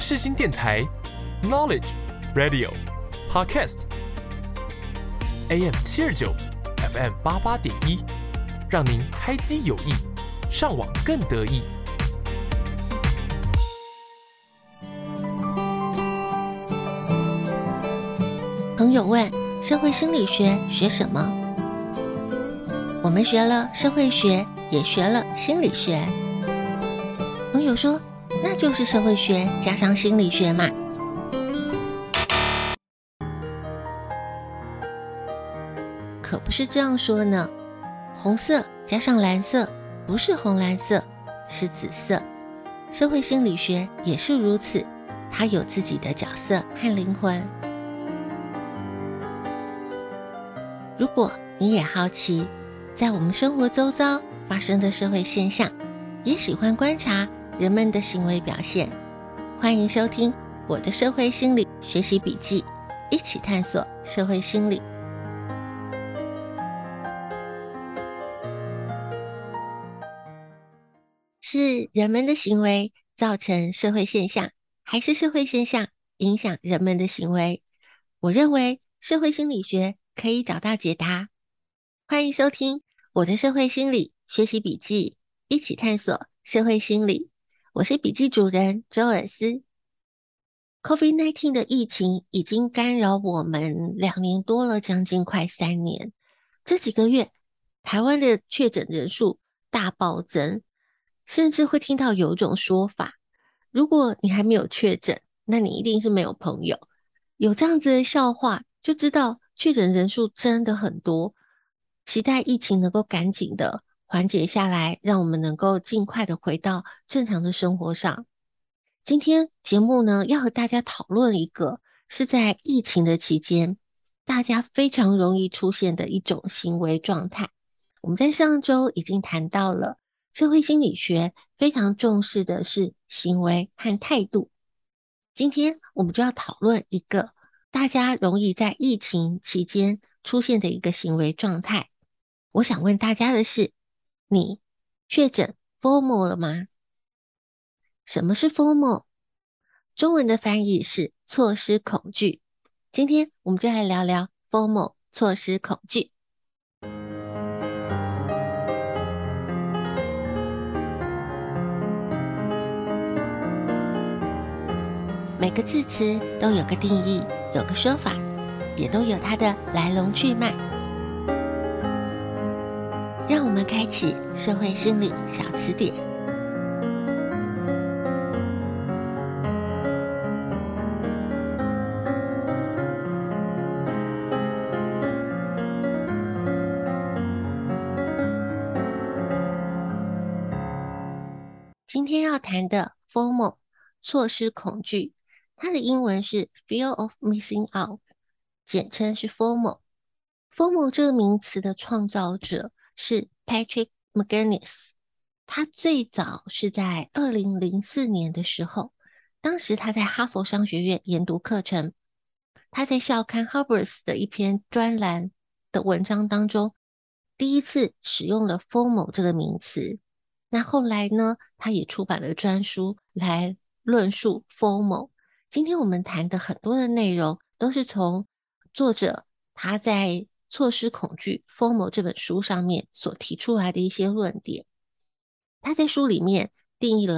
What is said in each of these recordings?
世新电台 Knowledge Radio Podcast AM 729 FM 88.1，让您开机有益，上网更得意。 朋友问：社会心理学学什么？我们学了社会学，也学了心理学。朋友说：那就是社会学加上心理学嘛。可不是这样说呢。红色加上蓝色不是红蓝色，是紫色。社会心理学也是如此，它有自己的角色和灵魂。如果你也好奇在我们生活周遭发生的社会现象，也喜欢观察人们的行为表现，欢迎收听我的社会心理学习笔记，一起探索社会心理。是人们的行为造成社会现象，还是社会现象影响人们的行为？我认为社会心理学可以找到解答。欢迎收听我的社会心理学习笔记，一起探索社会心理。我是笔记主人周尔斯。COVID-19 的疫情已经干扰我们2年多了，将近快3年。这几个月，台湾的确诊人数大暴增，甚至会听到有一种说法，如果你还没有确诊，那你一定是没有朋友。有这样子的笑话，就知道确诊人数真的很多。期待疫情能够赶紧的缓解下来，让我们能够尽快的回到正常的生活上。今天节目呢，要和大家讨论一个是在疫情的期间大家非常容易出现的一种行为状态。我们在上周已经谈到了社会心理学非常重视的是行为和态度。今天我们就要讨论一个大家容易在疫情期间出现的一个行为状态。我想问大家的是，你确诊 FOMO 了吗？什么是 FOMO？ 中文的翻译是错失恐惧。今天我们就来聊聊 FOMO 错失恐惧。每个字词都有个定义，有个说法，也都有它的来龙去脉。让我们开启社会心理小词典。今天要谈的 FOMO 错失恐惧，它的英文是 Fear of Missing Out， 简称是 FOMO。FOMO 这个名词的创造者是 Patrick McGinnis， 他最早是在2004年的时候，当时他在哈佛商学院研读课程，他在校刊 Harper's 的一篇专栏的文章当中，第一次使用了 FOMO 这个名词。那后来呢，他也出版了专书来论述 FOMO。今天我们谈的很多的内容都是从作者他在错失恐惧 FOMO 这本书上面所提出来的一些论点。他在书里面定义了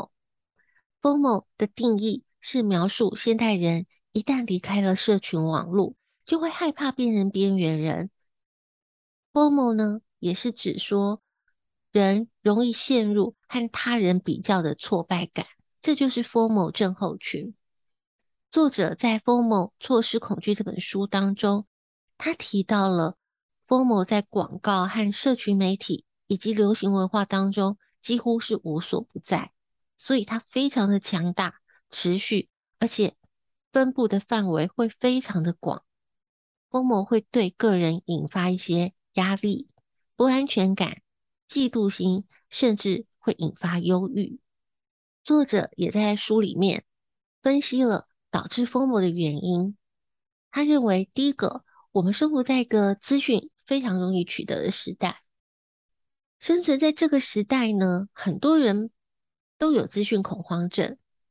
FOMO。FOMO 的定义是描述现代人一旦离开了社群网络，就会害怕变成边缘人。FOMO 呢，也是指说人容易陷入和他人比较的挫败感，这就是 FOMO 症候群。作者在 FOMO 错失恐惧这本书当中，他提到了 FOMO 在广告和社群媒体以及流行文化当中几乎是无所不在，所以它非常的强大、持续，而且分布的范围会非常的广。FOMO 会对个人引发一些压力、不安全感、嫉妒心，甚至会引发忧郁。作者也在书里面分析了导致 FOMO 的原因。他认为，第一个，我们生活在一个资讯非常容易取得的时代，生存在这个时代呢，很多人都有资讯恐慌症。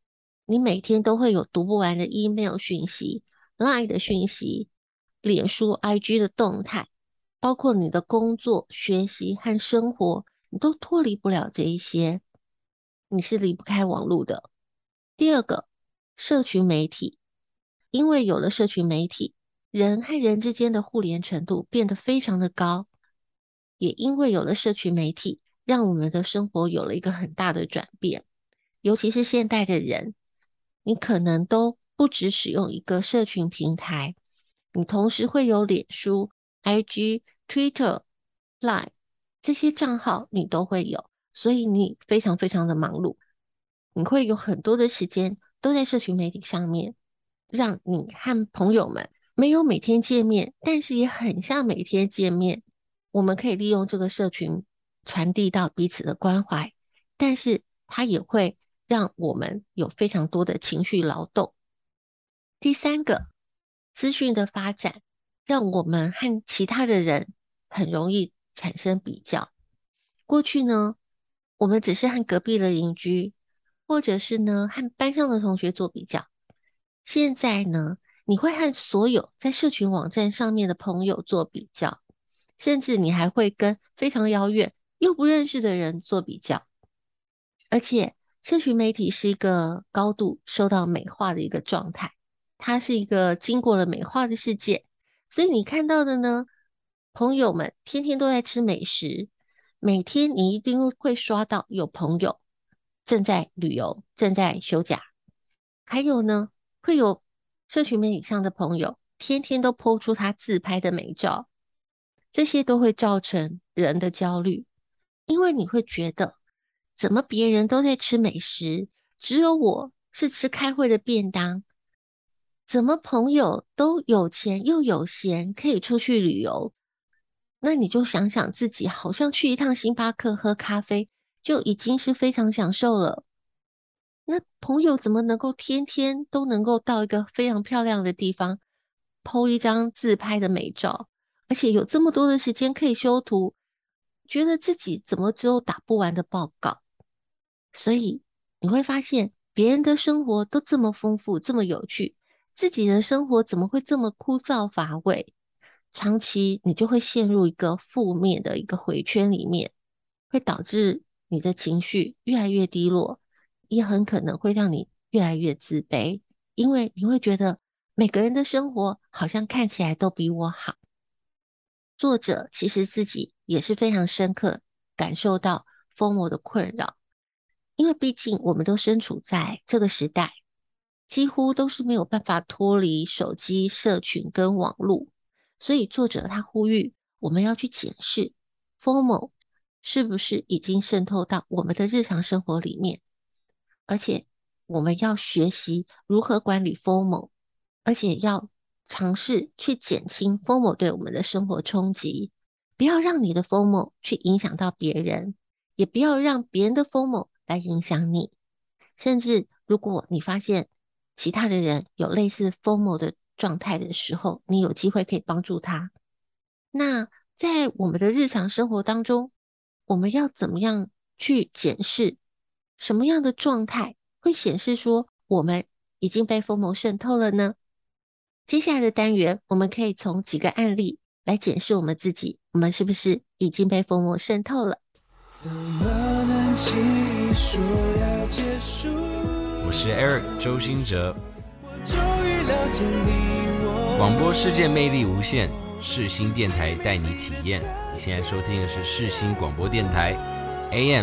你每天都会有读不完的 email 讯息、Line 的讯息、脸书、IG 的动态，包括你的工作、学习和生活，你都脱离不了这一些，你是离不开网络的。第二个，社群媒体，因为有了社群媒体，人和人之间的互联程度变得非常的高，也因为有了社群媒体，让我们的生活有了一个很大的转变。尤其是现代的人，你可能都不只使用一个社群平台，你同时会有脸书、IG、Twitter、Line 这些账号，你都会有，所以你非常非常的忙碌，你会有很多的时间都在社群媒体上面，让你和朋友们没有每天见面，但是也很像每天见面。我们可以利用这个社群传递到彼此的关怀，但是它也会让我们有非常多的情绪劳动。第三个，资讯的发展让我们和其他的人很容易产生比较。过去呢，我们只是和隔壁的邻居，或者是呢和班上的同学做比较。现在呢，你会和所有在社群网站上面的朋友做比较，甚至你还会跟非常遥远又不认识的人做比较。而且，社群媒体是一个高度受到美化的一个状态，它是一个经过了美化的世界。所以你看到的呢，朋友们天天都在吃美食，每天你一定会刷到有朋友正在旅游、正在休假，还有呢，会有社群媒体上的朋友天天都 po 出他自拍的美照，这些都会造成人的焦虑，因为你会觉得，怎么别人都在吃美食，只有我是吃开会的便当？怎么朋友都有钱又有闲，可以出去旅游？那你就想想自己，好像去一趟星巴克喝咖啡，就已经是非常享受了。那朋友怎么能够天天都能够到一个非常漂亮的地方，po 一张自拍的美照，而且有这么多的时间可以修图，觉得自己怎么只有打不完的报告？所以你会发现，别人的生活都这么丰富，这么有趣，自己的生活怎么会这么枯燥乏味？长期你就会陷入一个负面的一个回圈里面，会导致你的情绪越来越低落，也很可能会让你越来越自卑，因为你会觉得每个人的生活好像看起来都比我好。作者其实自己也是非常深刻感受到 FOMO 的困扰，因为毕竟我们都身处在这个时代，几乎都是没有办法脱离手机、社群跟网络，所以作者他呼吁我们要去检视 FOMO 是不是已经渗透到我们的日常生活里面，而且我们要学习如何管理 FOMO，而且要尝试去减轻 FOMO 对我们的生活冲击，不要让你的 FOMO 去影响到别人，也不要让别人的 FOMO 来影响你。甚至如果你发现其他的人有类似 FOMO 的状态的时候，你有机会可以帮助他。那在我们的日常生活当中，我们要怎么样去检视什么样的状态会显示说我们已经被 FOMO 渗透了呢？接下来的单元，我们可以从几个案例来检视我们自己，我们是不是已经被 FOMO 渗透了？ 怎么能轻易说要结束？ 我是 Eric 周兴哲， 我终于了解你我。 广播世界魅力无限，世新电台带你体验。你现在收听的是世新广播电台 AM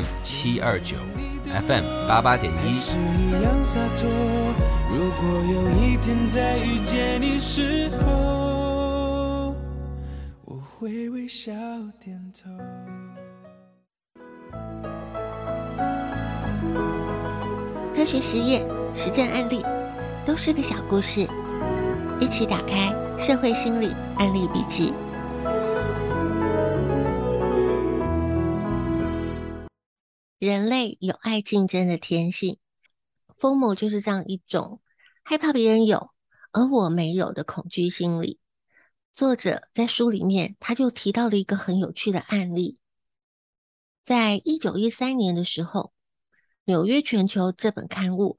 729 FM 88.1。 是一样洒脱。如果有一天再遇见你时候，我会微笑点头。 科学实验、实证案例都是个小故事，一起打开社会心理案例笔记。人类有爱竞争的天性，FOMO 就是这样一种害怕别人有而我没有的恐惧心理。作者在书里面他就提到了一个很有趣的案例，在1913年的时候，纽约全球这本刊物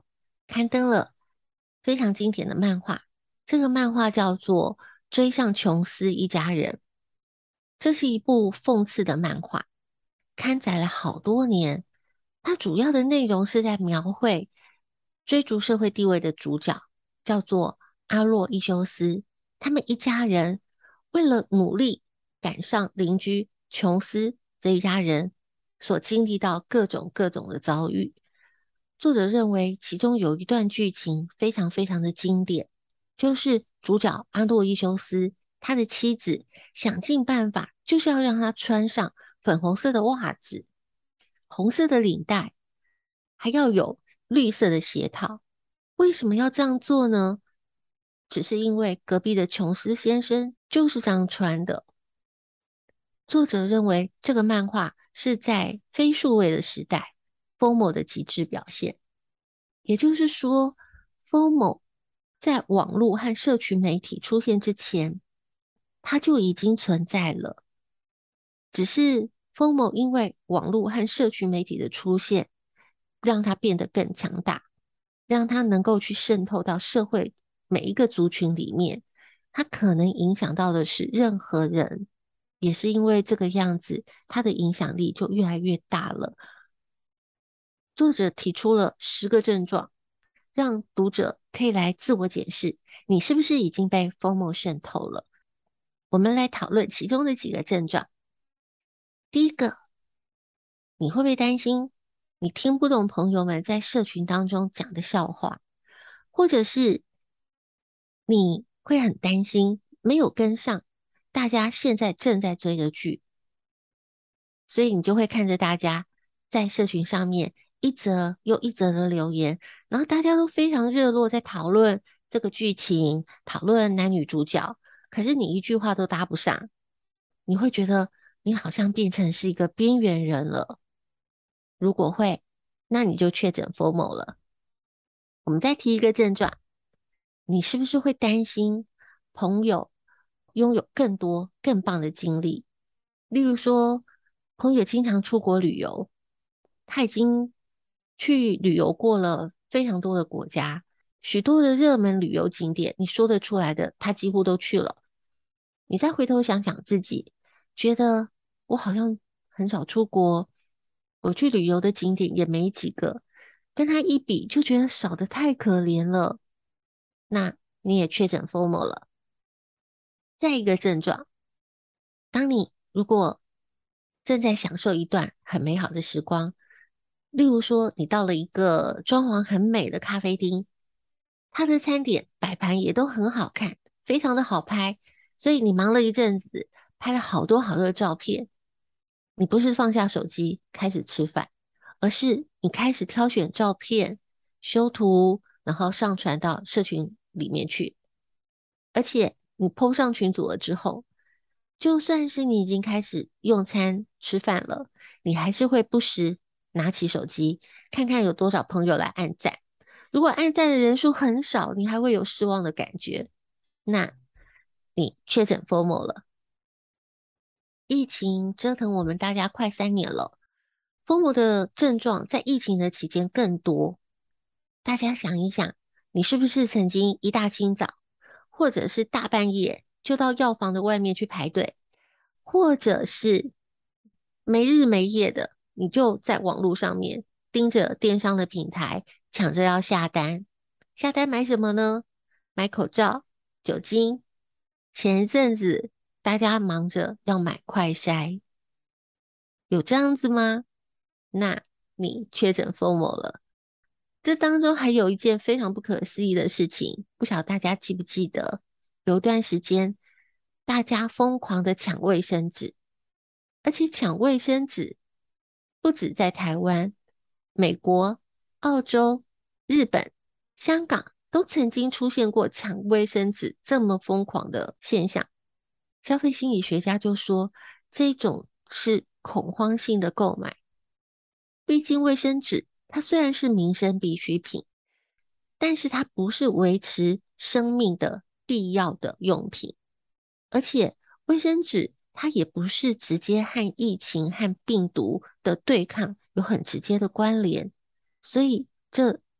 刊登了非常经典的漫画。这个漫画叫做《追上琼斯一家人》，这是一部讽刺的漫画，刊载了好多年。它主要的内容是在描绘追逐社会地位的主角，叫做阿洛伊修斯。他们一家人为了努力赶上邻居琼斯这一家人所经历到各种的遭遇。作者认为其中有一段剧情非常非常的经典，就是主角阿洛伊修斯他的妻子想尽办法，就是要让他穿上粉红色的袜子、红色的领带，还要有绿色的鞋套。为什么要这样做呢？只是因为隔壁的琼斯先生就是这样穿的。作者认为这个漫画是在非数位的时代，FOMO 的极致表现。也就是说，FOMO 在网络和社群媒体出现之前，它就已经存在了。只是 FOMO 因为网络和社群媒体的出现，让它变得更强大，让它能够去渗透到社会每一个族群里面。它可能影响到的是任何人，也是因为这个样子，它的影响力就越来越大了。作者提出了10个症状，让读者可以来自我检视，你是不是已经被 FOMO 渗透了。我们来讨论其中的几个症状。第一个，你会不会担心你听不懂朋友们在社群当中讲的笑话，或者是你会很担心没有跟上大家现在正在追的剧，所以你就会看着大家在社群上面一则又一则的留言，然后大家都非常热络在讨论这个剧情，讨论男女主角，可是你一句话都搭不上，你会觉得你好像变成是一个边缘人了。如果会，那你就确诊 FOMO 了。我们再提一个症状，你是不是会担心朋友拥有更多更棒的经历？例如说，朋友经常出国旅游，他已经去旅游过了非常多的国家，许多的热门旅游景点，你说得出来的，他几乎都去了。你再回头想想自己，觉得我好像很少出国，我去旅游的景点也没几个，跟他一比就觉得少得太可怜了。那你也确诊 FOMO 了。再一个症状，当你如果正在享受一段很美好的时光，例如说你到了一个装潢很美的咖啡厅，它的餐点摆盘也都很好看，非常的好拍，所以你忙了一阵子，拍了好多好多的照片。你不是放下手机开始吃饭，而是你开始挑选照片、修图，然后上传到社群里面去。而且你 po 上群组了之后，就算是你已经开始用餐吃饭了，你还是会不时拿起手机看看有多少朋友来按赞。如果按赞的人数很少，你还会有失望的感觉，那你确诊 FOMO 了。疫情折腾我们大家快3年了，FOMO 的症状在疫情的期间更多。大家想一想，你是不是曾经一大清早，或者是大半夜就到药房的外面去排队，或者是没日没夜的，你就在网络上面盯着电商的平台，抢着要下单。下单买什么呢？买口罩、酒精。前一阵子大家忙着要买快筛，有这样子吗？那你确诊 FOMO 了。这当中还有一件非常不可思议的事情，不晓得大家记不记得，有一段时间大家疯狂的抢卫生纸，而且抢卫生纸不止在台湾、美国、澳洲、日本、香港都曾经出现过抢卫生纸这么疯狂的现象。消费心理学家就说，这种是恐慌性的购买。毕竟卫生纸它虽然是民生必需品，但是它不是维持生命的必要的用品，而且卫生纸它也不是直接和疫情和病毒的对抗有很直接的关联，所以这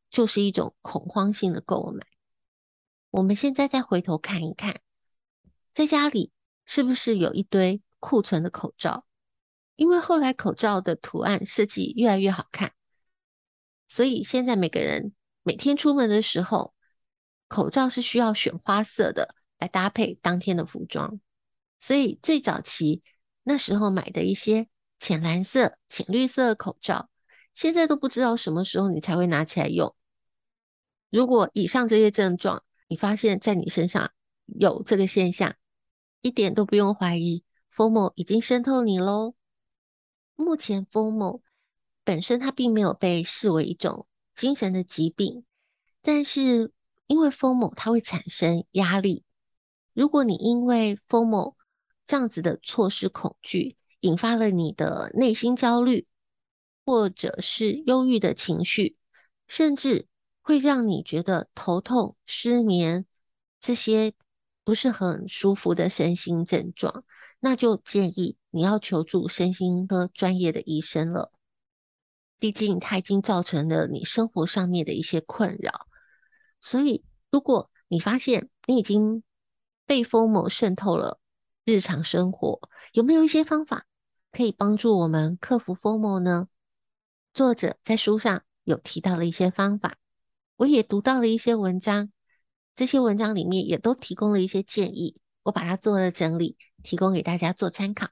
就是一种恐慌性的购买。我们现在再回头看一看，在家里是不是有一堆库存的口罩？因为后来口罩的图案设计越来越好看，所以现在每个人每天出门的时候，口罩是需要选花色的来搭配当天的服装。所以最早期那时候买的一些浅蓝色、浅绿色的口罩，现在都不知道什么时候你才会拿起来用。如果以上这些症状，你发现在你身上有这个现象，一点都不用怀疑 FOMO 已经渗透你咯。目前 FOMO 本身它并没有被视为一种精神的疾病，但是因为 FOMO 它会产生压力。如果你因为 FOMO 这样子的错失恐惧，引发了你的内心焦虑，或者是忧郁的情绪，甚至会让你觉得头痛、失眠，这些不是很舒服的身心症状，那就建议你要求助身心科专业的医生了。毕竟它已经造成了你生活上面的一些困扰。所以如果你发现你已经被 FOMO 渗透了日常生活，有没有一些方法可以帮助我们克服 FOMO 呢？作者在书上有提到了一些方法，我也读到了一些文章，这些文章里面也都提供了一些建议，我把它做了整理，提供给大家做参考。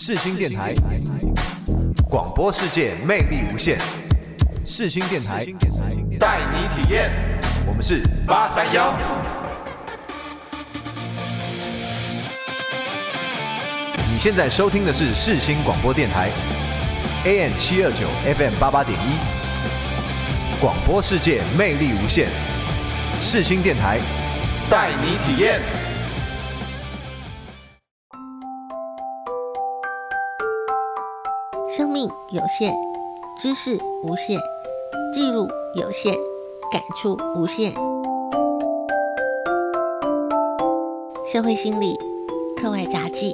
世新电台，广播世界魅力无限。世新电台带你体验。我们是831。你现在收听的是世新广播电台 AM 729 FM 88.1，广播世界魅力无限。世新电台带你体验。 生命有限，知识无限，记录有限，感触无限。社会心理课外杂记。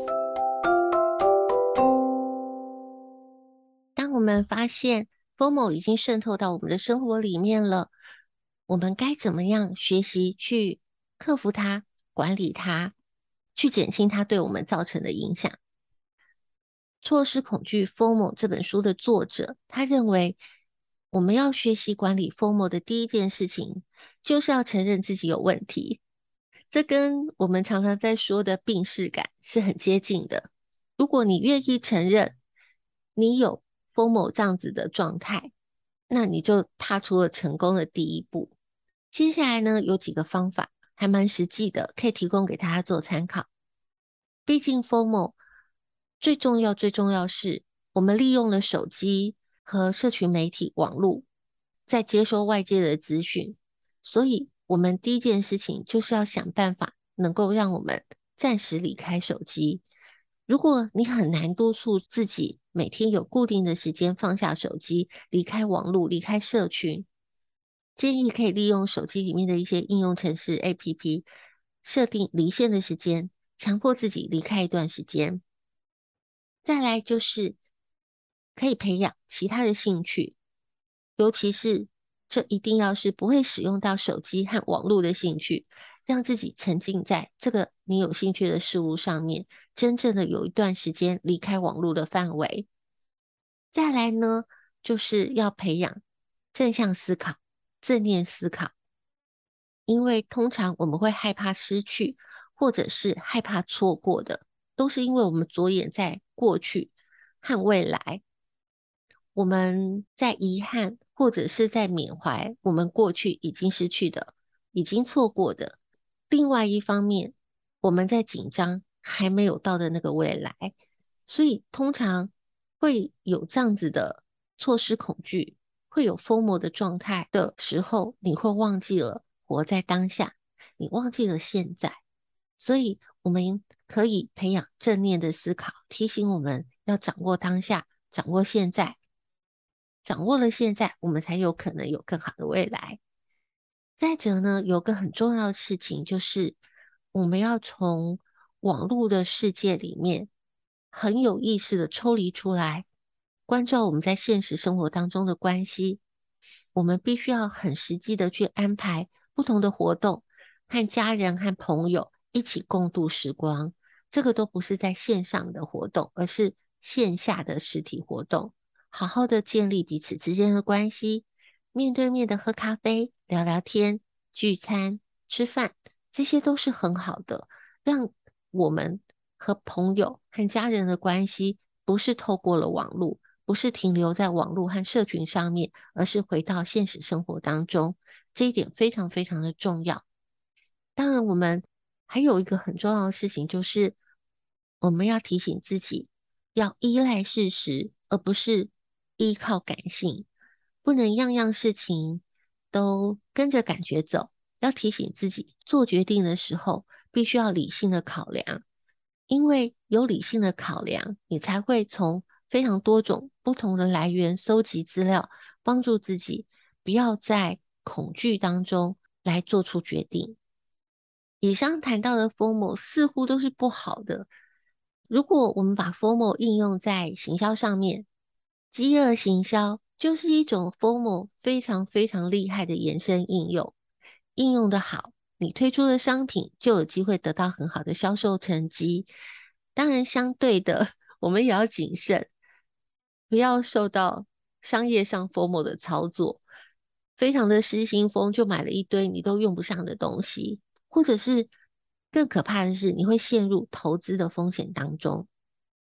当我们发现 FOMO 已经渗透到我们的生活里面了，我们该怎么样学习去克服它、管理它，去减轻它对我们造成的影响？错失恐惧 FOMO 这本书的作者，他认为我们要学习管理 FOMO 的第一件事情，就是要承认自己有问题。这跟我们常常在说的病识感是很接近的。如果你愿意承认你有 FOMO 这样子的状态，那你就踏出了成功的第一步。接下来呢，有几个方法还蛮实际的，可以提供给大家做参考。毕竟 FOMO 最重要是我们利用了手机和社群媒体网络在接收外界的资讯，所以我们第一件事情就是要想办法能够让我们暂时离开手机。如果你很难督促自己每天有固定的时间放下手机，离开网络，离开社群，建议可以利用手机里面的一些应用程式 APP 设定离线的时间，强迫自己离开一段时间。再来就是可以培养其他的兴趣，尤其是这一定要是不会使用到手机和网络的兴趣，让自己沉浸在这个你有兴趣的事物上面，真正的有一段时间离开网络的范围。再来呢，就是要培养正向思考、正念思考，因为通常我们会害怕失去，或者是害怕错过的，都是因为我们着眼在过去和未来，我们在遗憾或者是在缅怀我们过去已经失去的、已经错过的。另外一方面，我们在紧张还没有到的那个未来，所以通常会有这样子的错失恐惧，会有 FOMO 的状态的时候，你会忘记了活在当下，你忘记了现在。所以我们可以培养正念的思考，提醒我们要掌握当下，掌握现在。掌握了现在，我们才有可能有更好的未来。再者呢，有个很重要的事情，就是我们要从网络的世界里面很有意识的抽离出来，关照我们在现实生活当中的关系。我们必须要很实际的去安排不同的活动，和家人和朋友一起共度时光。这个都不是在线上的活动，而是线下的实体活动。好好的建立彼此之间的关系，面对面的喝咖啡、聊聊天、聚餐、吃饭，这些都是很好的，让我们和朋友和家人的关系不是透过了网络，不是停留在网络和社群上面，而是回到现实生活当中。这一点非常非常的重要。当然，我们还有一个很重要的事情，就是我们要提醒自己，要依赖事实，而不是依靠感性，不能样样事情都跟着感觉走。要提醒自己，做决定的时候必须要理性的考量，因为有理性的考量，你才会从非常多种不同的来源搜集资料，帮助自己不要在恐惧当中来做出决定。以上谈到的 FOMO 似乎都是不好的。如果我们把 FOMO 应用在行销上面，饥饿行销就是一种 FOMO 非常非常厉害的延伸应用。应用的好，你推出的商品就有机会得到很好的销售成绩。当然，相对的，我们也要谨慎，不要受到商业上 FOMO 的操作，非常的失心疯，就买了一堆你都用不上的东西，或者是更可怕的是，你会陷入投资的风险当中。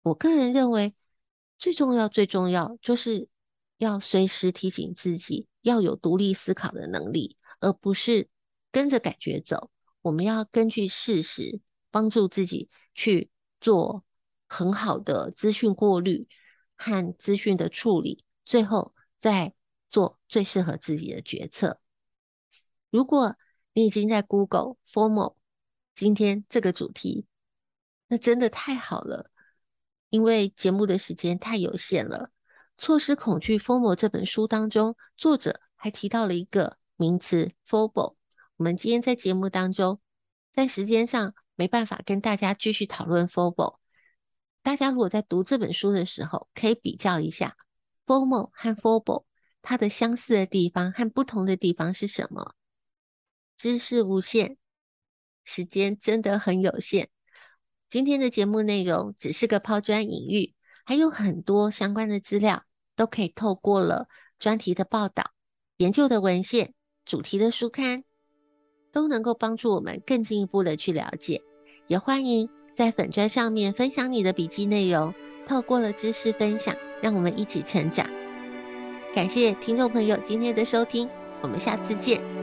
我个人认为最重要、最重要就是要随时提醒自己要有独立思考的能力，而不是跟着感觉走。我们要根据事实帮助自己去做很好的资讯过滤和资讯的处理，最后再做最适合自己的决策。如果你已经在 Google FOMO 今天这个主题，那真的太好了，因为节目的时间太有限了。错失恐惧 FOMO 这本书当中，作者还提到了一个名词 FOBO。我们今天在节目当中，在时间上没办法跟大家继续讨论 FOBO。大家如果在读这本书的时候，可以比较一下 FOMO 和 FOBO 它的相似的地方和不同的地方是什么。知识无限，时间真的很有限。今天的节目内容只是个抛砖引玉，还有很多相关的资料都可以透过了专题的报道、研究的文献、主题的书刊，都能够帮助我们更进一步的去了解。也欢迎在粉专上面分享你的笔记内容，透过了知识分享，让我们一起成长。感谢听众朋友今天的收听，我们下次见。